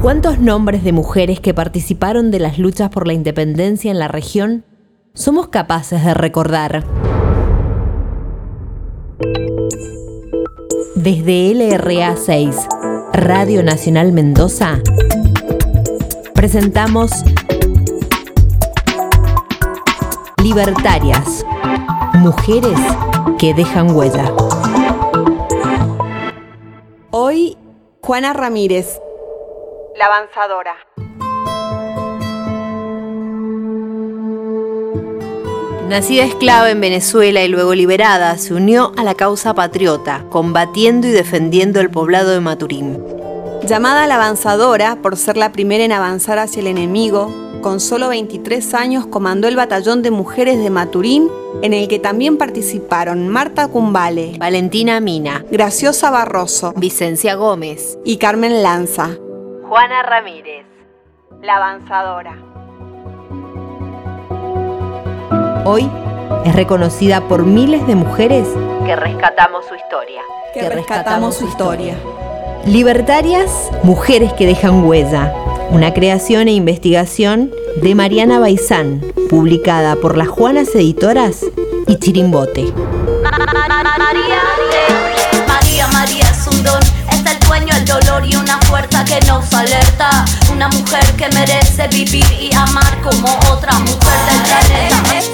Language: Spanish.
¿Cuántos nombres de mujeres que participaron de las luchas por la independencia en la región somos capaces de recordar? Desde LRA 6, Radio Nacional Mendoza, presentamos Libertarias, mujeres que dejan huella. Hoy, Juana Ramírez, La Avanzadora. Nacida esclava en Venezuela y luego liberada, se unió a la causa patriota, combatiendo y defendiendo el poblado de Maturín. Llamada La Avanzadora por ser la primera en avanzar hacia el enemigo, con solo 23 años comandó el batallón de mujeres de Maturín, en el que también participaron Marta Cumbale, Valentina Mina, Graciosa Barroso, Vicencia Gómez y Carmen Lanza. Juana Ramírez, La Avanzadora. Hoy es reconocida por miles de mujeres que rescatamos su historia. Que rescatamos su historia. Libertarias, mujeres que dejan huella. Una creación e investigación de Mariana Baizán, publicada por las Juanas Editoras y Chirimbote. María es un don, es el dueño el dolor y una fuerza que nos alerta. Una mujer que merece vivir y amar como otra mujer del planeta.